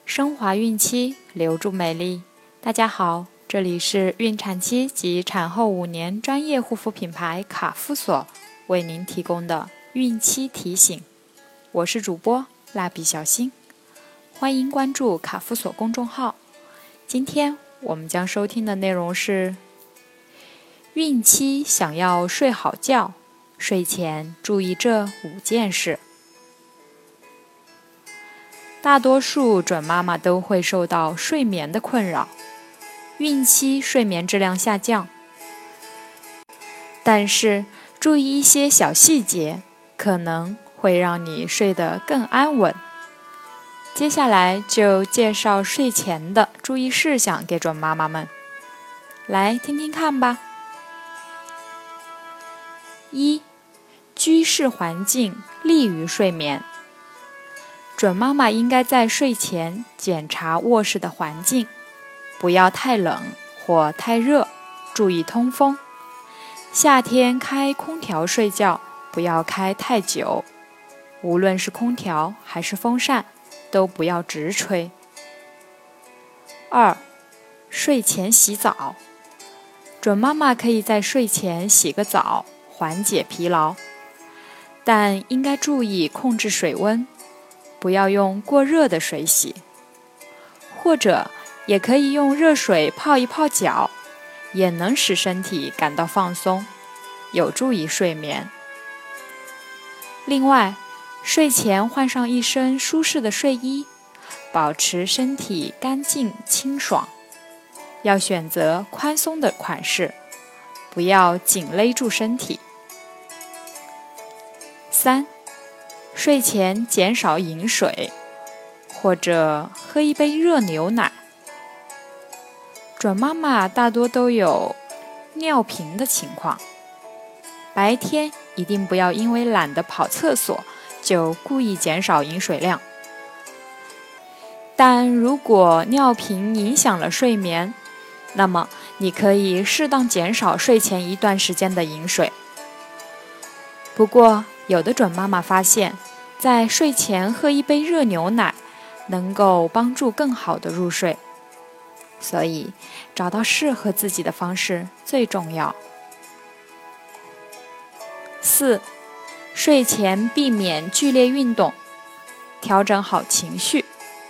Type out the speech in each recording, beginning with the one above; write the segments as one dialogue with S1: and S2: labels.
S1: 升华孕期，留住美丽。大家好，这里是孕产期及产后5年专业护肤品牌卡夫索为您提供的孕期提醒。我是主播蜡笔小新，欢迎关注卡夫索公众号。今天我们将收听的内容是：孕期想要睡好觉，睡前注意这5件事。大多数准妈妈都会受到睡眠的困扰，孕期睡眠质量下降。但是注意一些小细节，可能会让你睡得更安稳。接下来就介绍睡前的注意事项给准妈妈们，来听听看吧。1. 居室环境利于睡眠。准妈妈应该在睡前检查卧室的环境，不要太冷或太热，注意通风。夏天开空调睡觉，不要开太久，无论是空调还是风扇，都不要直吹。2. 睡前洗澡。准妈妈可以在睡前洗个澡，缓解疲劳，但应该注意控制水温，不要用过热的水洗，或者也可以用热水泡一泡脚，也能使身体感到放松，有助于睡眠。另外，睡前换上一身舒适的睡衣，保持身体干净清爽，要选择宽松的款式，不要紧勒住身体。3. 睡前减少饮水，或者喝一杯热牛奶。准妈妈大多都有尿频的情况，白天一定不要因为懒得跑厕所就故意减少饮水量。但如果尿频影响了睡眠，那么你可以适当减少睡前一段时间的饮水。不过有的准妈妈发现，在睡前喝一杯热牛奶能够帮助更好的入睡，所以找到适合自己的方式最重要。4. 睡前避免剧烈运动，调整好情绪。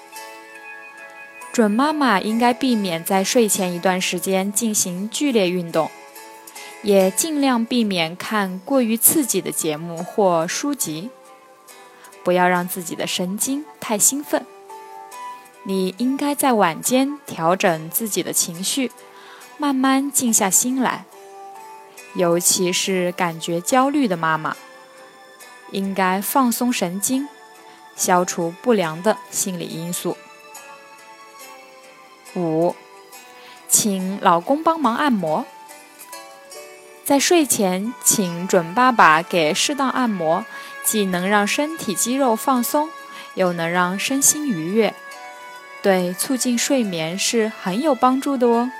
S1: 准妈妈应该避免在睡前一段时间进行剧烈运动，也尽量避免看过于刺激的节目或书籍，不要让自己的神经太兴奋。你应该在晚间调整自己的情绪，慢慢静下心来。尤其是感觉焦虑的妈妈，应该放松神经，消除不良的心理因素。5. 请老公帮忙按摩。在睡前，请准爸爸给适当按摩，既能让身体肌肉放松，又能让身心愉悦，对促进睡眠是很有帮助的哦。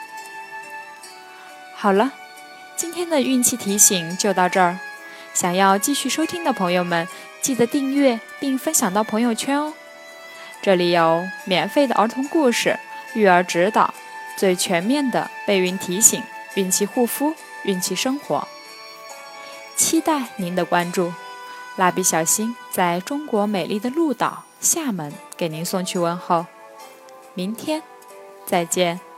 S1: 好了，今天的孕期提醒就到这儿。想要继续收听的朋友们，记得订阅并分享到朋友圈哦。这里有免费的儿童故事、育儿指导，最全面的备孕提醒、孕期护肤、孕期生活，期待您的关注。蜡笔小新在中国美丽的鹭岛厦门给您送去问候，明天再见。